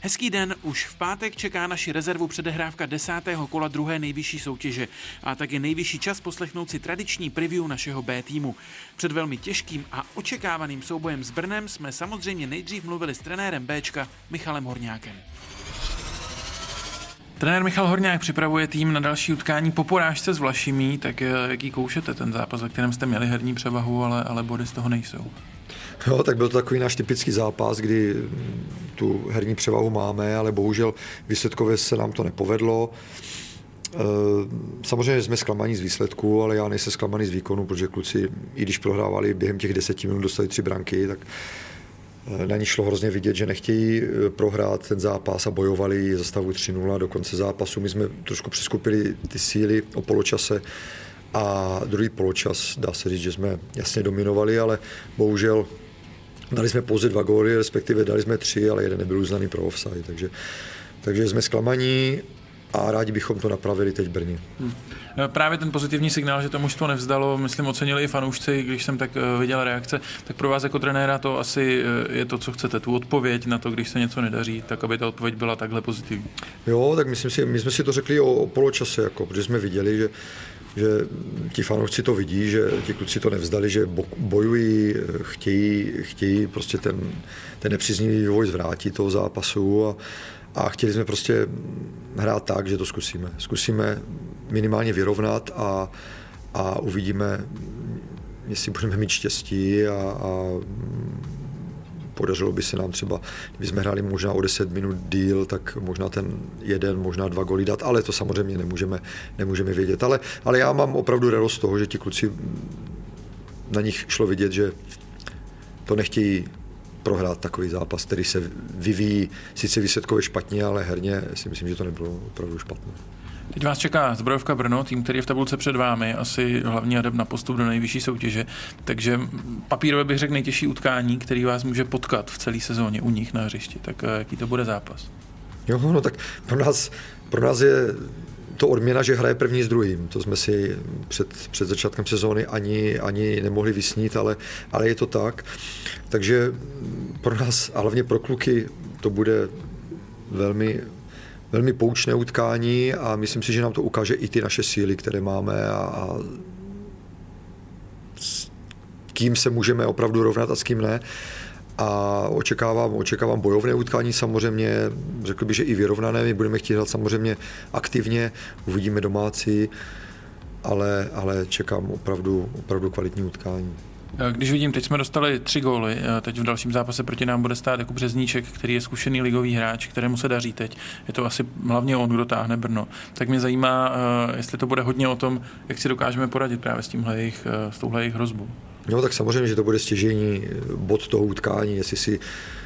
Hezký den, už v pátek čeká naši rezervu předehrávka 10. kola druhé nejvyšší soutěže a tak je nejvyšší čas poslechnout si tradiční preview našeho B týmu. Před velmi těžkým a očekávaným soubojem s Brnem jsme samozřejmě nejdřív mluvili s trenérem Bčka Michalem Horňákem. Trenér Michal Horňák připravuje tým na další utkání po porážce s Vlašimí, tak jaký koušete ten zápas, ve kterém jste měli herní převahu, ale body z toho nejsou? Jo, tak byl to takový náš typický zápas, kdy tu herní převahu máme, ale bohužel výsledkově se nám to nepovedlo. Samozřejmě jsme zklamaní z výsledku, ale já nejsem zklamaný z výkonu, protože kluci, i když prohrávali během těch 10 minut, dostali 3 branky, tak na ní šlo hrozně vidět, že nechtějí prohrát ten zápas a bojovali za stavu 3-0 do konce zápasu. My jsme trošku přeskupili ty síly o poločase a druhý poločas, dá se říct, že jsme jasně dominovali, ale bohužel dali jsme pouze 2 góly, respektive dali jsme 3, ale jeden nebyl uznaný pro offside, takže jsme zklamaní a rádi bychom to napravili teď v Brně. Právě ten pozitivní signál, že to mužstvo nevzdalo, myslím, ocenili i fanoušci, když jsem tak viděl reakce, tak pro vás jako trenéra to asi je to, co chcete, tu odpověď na to, když se něco nedaří, tak aby ta odpověď byla takhle pozitivní. Jo, tak myslím si, my jsme si to řekli o poločase, protože jsme viděli, že ti fanoušci to vidí, že ti kluci to nevzdali, že bojují, chtějí prostě ten nepříznivý vývoj zvrátit toho zápasu a chtěli jsme prostě hrát tak, že to zkusíme. Zkusíme minimálně vyrovnat a uvidíme, jestli budeme mít štěstí a podařilo by se nám třeba, kdyby jsme hráli možná o 10 minut díl, tak možná ten 1, možná 2 góly dát, ale to samozřejmě nemůžeme vědět. Ale já mám opravdu radost z toho, že ti kluci, na nich šlo vidět, že to nechtějí prohrát takový zápas, který se vyvíjí sice výsledkově špatně, ale herně si myslím, že to nebylo opravdu špatné. Teď vás čeká Zbrojovka Brno, tým, který je v tabulce před vámi, asi hlavní adept na postup do nejvyšší soutěže, takže papírově bych řekl nejtěžší utkání, který vás může potkat v celé sezóně u nich na hřišti. Tak jaký to bude zápas? Jo, no tak pro nás je to odměna, že hraje první s druhým. To jsme si před začátkem sezóny ani nemohli vysnít, ale je to tak. Takže pro nás a hlavně pro kluky to bude velmi poučné utkání a myslím si, že nám to ukáže i ty naše síly, které máme a s kým se můžeme opravdu rovnat a s kým ne. A očekávám bojovné utkání samozřejmě, řekl bych, že i vyrovnané, my budeme chtít hrát samozřejmě aktivně, uvidíme domácí, ale čekám opravdu kvalitní utkání. Když vidím, teď jsme dostali 3 góly, teď v dalším zápase proti nám bude stát jako Březníček, který je zkušený ligový hráč, kterému se daří teď. Je to asi hlavně on, kdo táhne Brno. Tak mě zajímá, jestli to bude hodně o tom, jak si dokážeme poradit právě s touhle jejich hrozbou. No tak samozřejmě, že to bude stěžejní bod toho utkání, jestli si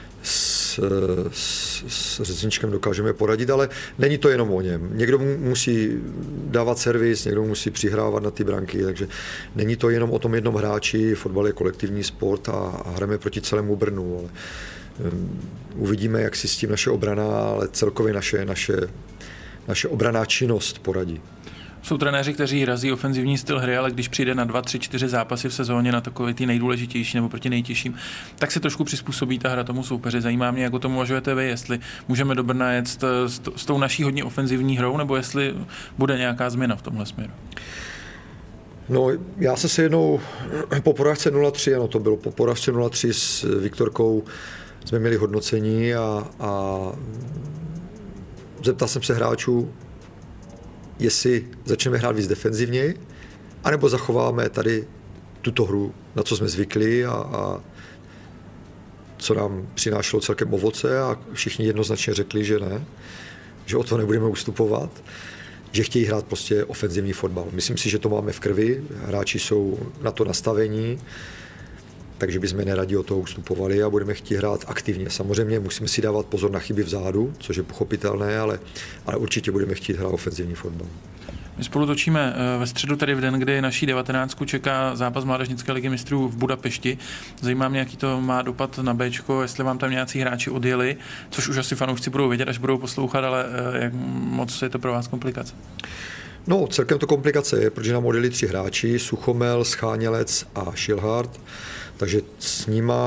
s Řezničkem dokážeme poradit, ale není to jenom o něm. Někdo musí dávat servis, někdo musí přihrávat na ty branky, takže není to jenom o tom jednom hráči, fotbal je kolektivní sport a hrajeme proti celému Brnu. Ale uvidíme, jak si s tím naše obrana, ale celkově naše obranná činnost poradí. Jsou trenéři, kteří razí ofenzivní styl hry, ale když přijde na 2, 3, 4 zápasy v sezóně na takové ty nejdůležitější nebo proti nejtěžším, tak se trošku přizpůsobí ta hra tomu soupeři. Zajímá mě, jak o tom uvažujete vy, jestli můžeme do Brna jet s tou naší hodně ofenzivní hrou, nebo jestli bude nějaká změna v tomhle směru. No, já jsem se jednou po porážce 0-3, ano, to bylo po porážce 0-3 s Viktorkou, jsme měli hodnocení a zeptal jsem se hráčů, jestli začneme hrát víc defenzivněji, anebo zachováme tady tuto hru, na co jsme zvykli a co nám přinášelo celkem ovoce a všichni jednoznačně řekli, že ne, že o to nebudeme ustupovat, že chtějí hrát prostě ofenzivní fotbal. Myslím si, že to máme v krvi, hráči jsou na to nastavení, takže bychom neradi od toho ustupovali a budeme chtít hrát aktivně. Samozřejmě musíme si dávat pozor na chyby vzadu, což je pochopitelné, ale určitě budeme chtít hrát ofenzivní fotbal. My spolu točíme ve středu, tady v den, kdy naší 19 čeká zápas Mládežnické ligy mistrů v Budapešti. Zajímá mě, jaký to má dopad na Bčko, jestli vám tam nějací hráči odjeli, což už asi fanoušci budou vědět, až budou poslouchat, ale jak moc je to pro vás komplikace? No, celkem to komplikace je, protože nám odjeli 3 hráči, Suchomel, Schánělec a Šilhard, takže s nima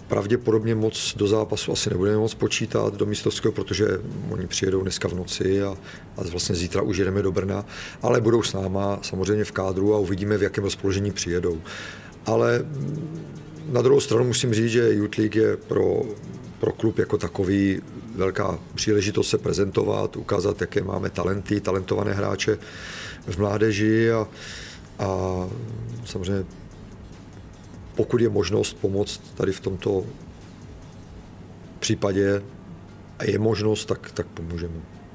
pravděpodobně moc do zápasu asi nebudeme moc počítat do mistrovského, protože oni přijedou dneska v noci a vlastně zítra už jedeme do Brna, ale budou s náma samozřejmě v kádru a uvidíme, v jakém rozpoložení přijedou. Ale na druhou stranu musím říct, že Youth League je pro klub jako takový velká příležitost se prezentovat, ukázat, jaké máme talenty, talentované hráče v mládeži a samozřejmě pokud je možnost pomoct tady v tomto případě a je možnost, tak pomůžeme.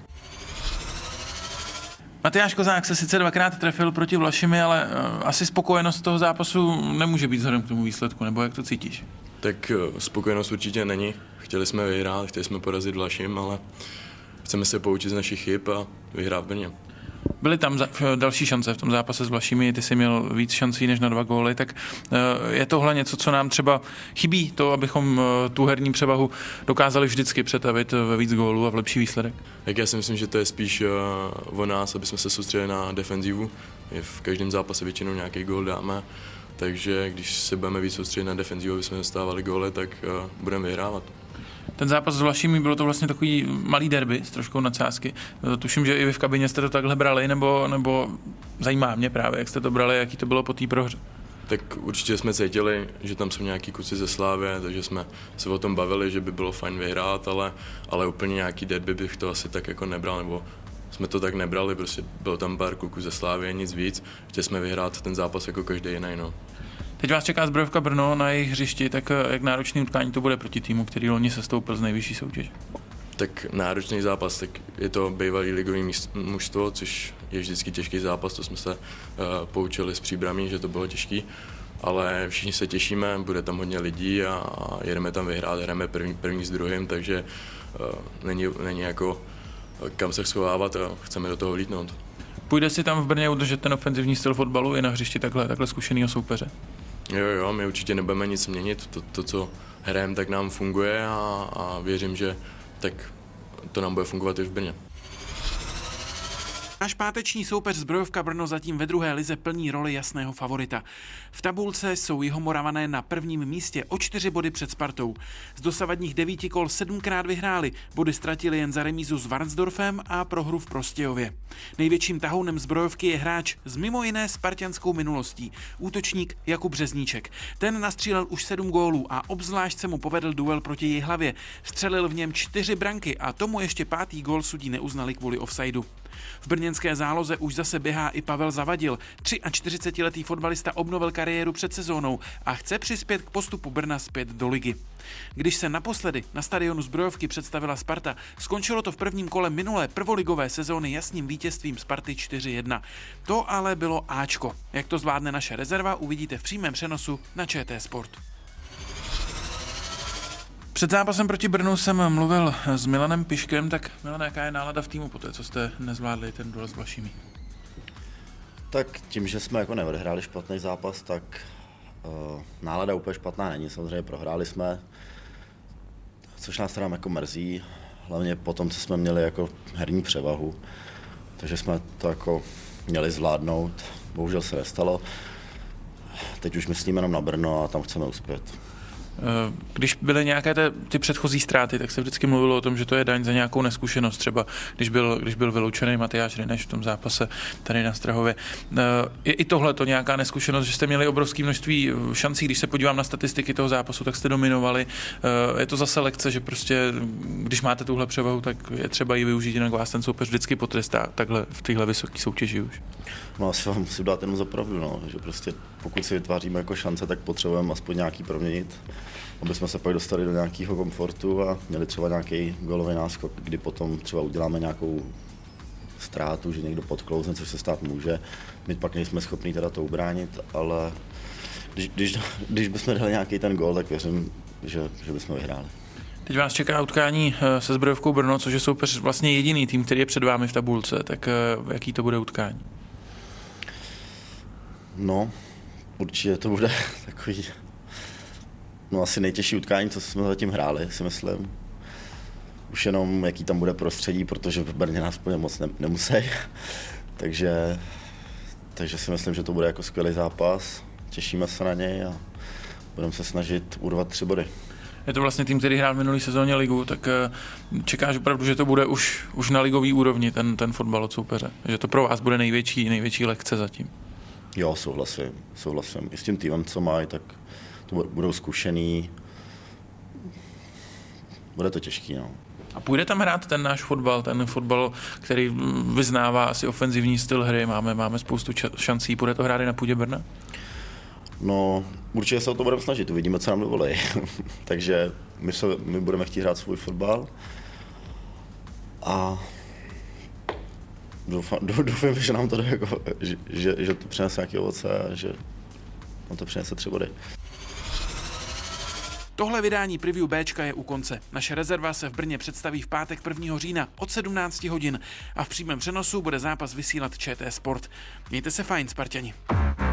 Matyáš Kozák se sice dvakrát trefil proti Vlašimi, ale asi spokojenost toho zápasu nemůže být vzhledem k tomu výsledku, nebo jak to cítíš? Tak spokojenost určitě není. Chtěli jsme vyhrát, chtěli jsme porazit Vlašim, ale chceme se poučit z našich chyb a vyhrát v Brně. Byly tam další šance v tom zápase s Vlašimi, ty jsi měl víc šancí než na 2 góly, tak je tohle něco, co nám třeba chybí, to, abychom tu herní převahu dokázali vždycky přetavit ve víc gólů a v lepší výsledek? Tak já si myslím, že to je spíš o nás, aby jsme se soustředili na defenzivu. V každém zápase většinou nějaký gól dáme, takže když se budeme víc soustředit na defenzivu, aby jsme dostávali góly, tak budeme vyhrávat. Ten zápas s Vlašimi, bylo to vlastně takový malý derby s troškou nadsázky. Tuším, že i vy v kabině jste to takhle brali, nebo zajímá mě právě, jak jste to brali, jaký to bylo po té prohře. Tak určitě jsme cítili, že tam jsou nějaký kluci ze Slávy, takže jsme se o tom bavili, že by bylo fajn vyhrát, ale úplně nějaký derby bych to asi tak jako nebral, nebo jsme to tak nebrali, prostě bylo tam pár kluků ze Slávy a nic víc. Chtěli jsme vyhrát ten zápas jako každý jiný. No. Teď vás čeká Zbrojovka Brno na jejich hřišti, tak jak náročný utkání to bude proti týmu, který loni sestoupil z nejvyšší soutěže? Tak náročný zápas, tak je to bývalý ligový mužstvo, což je vždycky těžký zápas, to jsme se poučili s Příbramí, že to bylo těžký, ale všichni se těšíme, bude tam hodně lidí a jedeme tam vyhrát, hrajeme první s druhým, takže není jako kam se schovávat a chceme do toho vlítnout. Půjde si tam v Brně udržet ten ofenzivní styl fotbalu i na hřišti takhle zkušenýho soupeře? Jo, my určitě nebudeme nic měnit, to co hrajeme, tak nám funguje a věřím, že tak to nám bude fungovat i v Brně. Náš páteční soupeř Zbrojovka Brno zatím ve druhé lize plní roli jasného favorita. V tabulce jsou Jihomoravané na prvním místě o 4 body před Spartou. Z dosavadních 9 kol 7krát vyhráli, body ztratili jen za remízu s Varnsdorfem a prohru v Prostějově. Největším tahounem Zbrojovky je hráč s mimo jiné spartanskou minulostí, útočník Jakub Řezníček. Ten nastřílel už 7 gólů a obzvlášť se mu povedl duel proti Jihlavě. Střelil v něm 4 branky a tomu ještě 5. gól sudí neuznali kvůli offsideu. V brněnské záloze už zase běhá i Pavel Zavadil. 43letý fotbalista obnovil kariéru před sezónou a chce přispět k postupu Brna zpět do ligy. Když se naposledy na stadionu Zbrojovky představila Sparta, skončilo to v prvním kole minulé prvoligové sezóny jasným vítězstvím Sparty 4-1. To ale bylo Ačko. Jak to zvládne naše rezerva, uvidíte v přímém přenosu na ČT Sport. Před zápasem proti Brnu jsem mluvil s Milanem Piškem, tak Milan, jaká je nálada v týmu po té, co jste nezvládli ten duel s Vlašimi? Tak tím, že jsme jako neodehráli špatný zápas, tak nálada úplně špatná není. Samozřejmě prohráli jsme, což nás teda jako mrzí, hlavně po tom, co jsme měli jako herní převahu. Takže jsme to jako měli zvládnout, bohužel se nestalo. Teď už myslíme jenom na Brno a tam chceme uspět. Když byly nějaké ty předchozí ztráty, tak se vždycky mluvilo o tom, že to je daň za nějakou neskušenost. Třeba když byl vyloučený Matyáš Ryneš v tom zápase tady na Strahově. Je i tohle to nějaká neskušenost, že jste měli obrovské množství šancí, když se podívám na statistiky toho zápasu, tak jste dominovali. Je to zase lekce, že prostě, když máte tuhle převahu, tak je třeba ji využít, jinak vás ten soupeř vždycky potrestá takhle v téhle vysoké soutěži už. No asi vám musím dát jenom za pravdu, no, že prostě pokud si vytváříme jako šance, tak potřebujeme aspoň nějaký proměnit, aby jsme se pak dostali do nějakého komfortu a měli třeba nějaký gólový náskok, kdy potom třeba uděláme nějakou ztrátu, že někdo podklouzne, což se stát může. My pak nejsme schopni teda to ubránit, ale když bychom dali nějaký ten gól, tak věřím, že bychom vyhráli. Teď vás čeká utkání se Zbrojovkou Brno, což je soupeř vlastně jediný tým, který je před vámi v tabulce, tak jaký to bude utkání? No, určitě to bude takový, no asi nejtěžší utkání, co jsme zatím hráli, si myslím. Už jenom, jaký tam bude prostředí, protože v Brně nás úplně moc nemusí. takže si myslím, že to bude jako skvělý zápas. Těšíme se na něj a budeme se snažit urvat 3 body. Je to vlastně tým, který hrál v minulý sezóně ligu, tak čekáš opravdu, že to bude už na ligový úrovni ten fotbal od soupeře? Že to pro vás bude největší lekce zatím? Jo, souhlasím. I s tím týmem, co mají, tak to budou zkušený. Bude to těžký, no. A půjde tam hrát ten náš fotbal, který vyznává asi ofenzivní styl hry, máme spoustu šancí, půjde to hrát i na půdě Brna? No, určitě se o to budeme snažit, uvidíme, co nám dovolí. Takže my budeme chtít hrát svůj fotbal a doufám, že nám to jde, jako, že to přinese nějaké ovoce a že nám to přinese 3 body. Tohle vydání Preview Bčka je u konce. Naše rezerva se v Brně představí v pátek 1. října od 17 hodin a v přímém přenosu bude zápas vysílat ČT Sport. Mějte se fajn, Sparťani.